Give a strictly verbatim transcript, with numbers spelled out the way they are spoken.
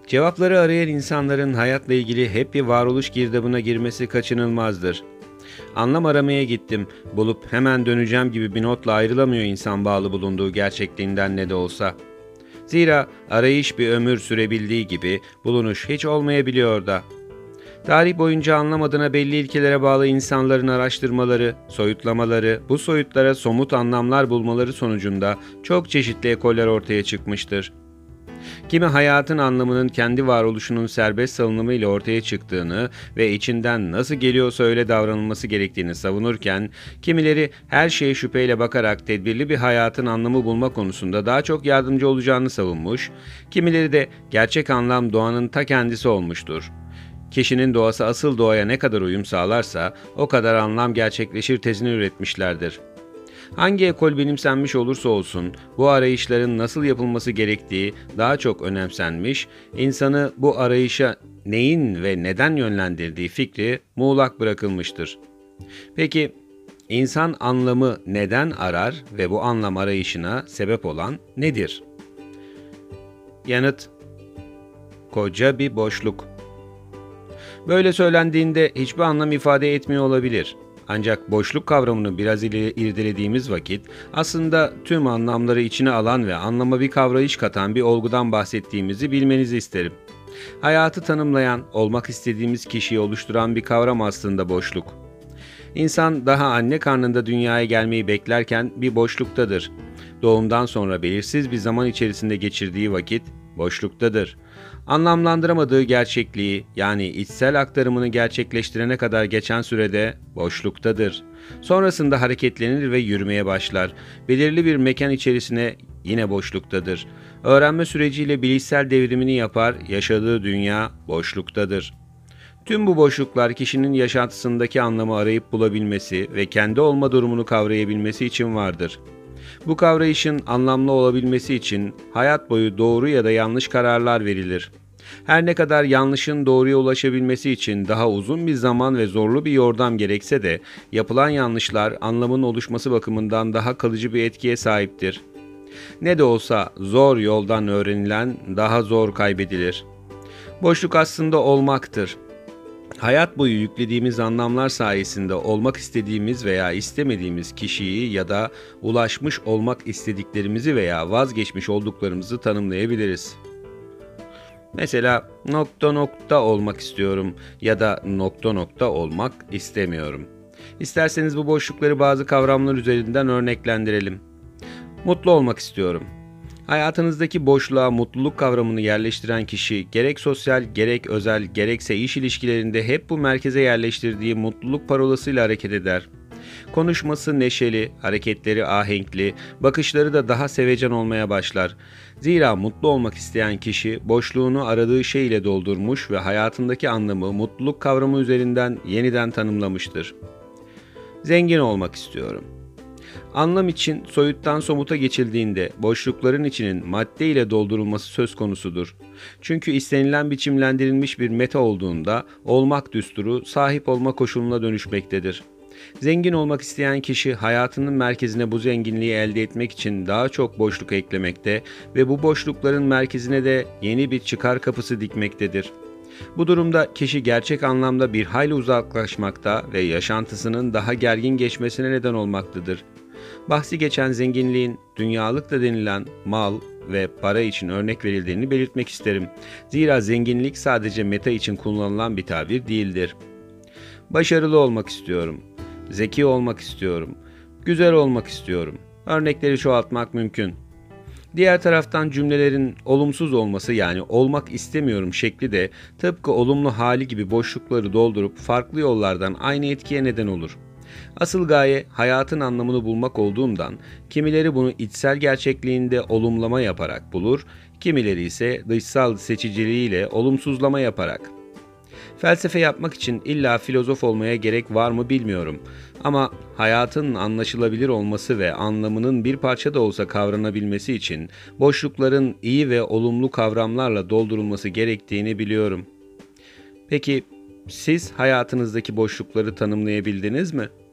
Cevapları arayan insanların hayatla ilgili hep bir varoluş girdabına girmesi kaçınılmazdır. Anlam aramaya gittim, bulup hemen döneceğim gibi bir notla ayrılamıyor insan bağlı bulunduğu gerçekliğinden ne de olsa. Zira arayış bir ömür sürebildiği gibi bulunuş hiç olmayabiliyor da. Tarih boyunca anlamadığına belli ilkelere bağlı insanların araştırmaları, soyutlamaları, bu soyutlara somut anlamlar bulmaları sonucunda çok çeşitli ekoller ortaya çıkmıştır. Kimi hayatın anlamının kendi varoluşunun serbest salınımı ile ortaya çıktığını ve içinden nasıl geliyorsa öyle davranılması gerektiğini savunurken, kimileri her şeye şüpheyle bakarak tedbirli bir hayatın anlamı bulma konusunda daha çok yardımcı olacağını savunmuş, kimileri de gerçek anlam doğanın ta kendisi olmuştur. Kişinin doğası asıl doğaya ne kadar uyum sağlarsa o kadar anlam gerçekleşir tezini üretmişlerdir. Hangi ekol benimsenmiş olursa olsun bu arayışların nasıl yapılması gerektiği daha çok önemsenmiş, insanı bu arayışa neyin ve neden yönlendirdiği fikri muğlak bırakılmıştır. Peki insan anlamı neden arar ve bu anlam arayışına sebep olan nedir? Yanıt: koca bir boşluk. Böyle söylendiğinde hiçbir anlam ifade etmiyor olabilir. Ancak boşluk kavramını biraz ileri irdelediğimiz vakit aslında tüm anlamları içine alan ve anlama bir kavrayış katan bir olgudan bahsettiğimizi bilmenizi isterim. Hayatı tanımlayan, olmak istediğimiz kişiyi oluşturan bir kavram aslında boşluk. İnsan daha anne karnında dünyaya gelmeyi beklerken bir boşluktadır. Doğumdan sonra belirsiz bir zaman içerisinde geçirdiği vakit boşluktadır. Anlamlandıramadığı gerçekliği, yani içsel aktarımını gerçekleştirene kadar geçen sürede boşluktadır. Sonrasında hareketlenir ve yürümeye başlar. Belirli bir mekan içerisine yine boşluktadır. Öğrenme süreciyle bilişsel devrimini yapar, yaşadığı dünya boşluktadır. Tüm bu boşluklar kişinin yaşantısındaki anlamı arayıp bulabilmesi ve kendi olma durumunu kavrayabilmesi için vardır. Bu kavrayışın anlamlı olabilmesi için hayat boyu doğru ya da yanlış kararlar verilir. Her ne kadar yanlışın doğruya ulaşabilmesi için daha uzun bir zaman ve zorlu bir yordam gerekse de yapılan yanlışlar anlamın oluşması bakımından daha kalıcı bir etkiye sahiptir. Ne de olsa zor yoldan öğrenilen daha zor kaybedilir. Boşluk aslında olmaktır. Hayat boyu yüklediğimiz anlamlar sayesinde olmak istediğimiz veya istemediğimiz kişiyi ya da ulaşmış olmak istediklerimizi veya vazgeçmiş olduklarımızı tanımlayabiliriz. Mesela nokta nokta olmak istiyorum ya da nokta nokta olmak istemiyorum. İsterseniz bu boşlukları bazı kavramlar üzerinden örneklendirelim. Mutlu olmak istiyorum. Hayatınızdaki boşluğa mutluluk kavramını yerleştiren kişi gerek sosyal, gerek özel, gerekse iş ilişkilerinde hep bu merkeze yerleştirdiği mutluluk parolasıyla hareket eder. Konuşması neşeli, hareketleri ahenkli, bakışları da daha sevecen olmaya başlar. Zira mutlu olmak isteyen kişi boşluğunu aradığı şey ile doldurmuş ve hayatındaki anlamı mutluluk kavramı üzerinden yeniden tanımlamıştır. Zengin olmak istiyorum. Anlam için soyuttan somuta geçildiğinde boşlukların içinin madde ile doldurulması söz konusudur. Çünkü istenilen biçimlendirilmiş bir meta olduğunda olmak düsturu sahip olma koşuluna dönüşmektedir. Zengin olmak isteyen kişi hayatının merkezine bu zenginliği elde etmek için daha çok boşluk eklemekte ve bu boşlukların merkezine de yeni bir çıkar kapısı dikmektedir. Bu durumda kişi gerçek anlamda bir hayli uzaklaşmakta ve yaşantısının daha gergin geçmesine neden olmaktadır. Bahsi geçen zenginliğin dünyalık da denilen mal ve para için örnek verildiğini belirtmek isterim. Zira zenginlik sadece meta için kullanılan bir tabir değildir. Başarılı olmak istiyorum. Zeki olmak istiyorum. Güzel olmak istiyorum. Örnekleri çoğaltmak mümkün. Diğer taraftan cümlelerin olumsuz olması, yani olmak istemiyorum şekli de tıpkı olumlu hali gibi boşlukları doldurup farklı yollardan aynı etkiye neden olur. Asıl gaye hayatın anlamını bulmak olduğundan kimileri bunu içsel gerçekliğinde olumlama yaparak bulur, kimileri ise dışsal seçiciliğiyle olumsuzlama yaparak. Felsefe yapmak için illa filozof olmaya gerek var mı bilmiyorum. Ama hayatın anlaşılabilir olması ve anlamının bir parça da olsa kavranabilmesi için boşlukların iyi ve olumlu kavramlarla doldurulması gerektiğini biliyorum. Peki siz hayatınızdaki boşlukları tanımlayabildiniz mi?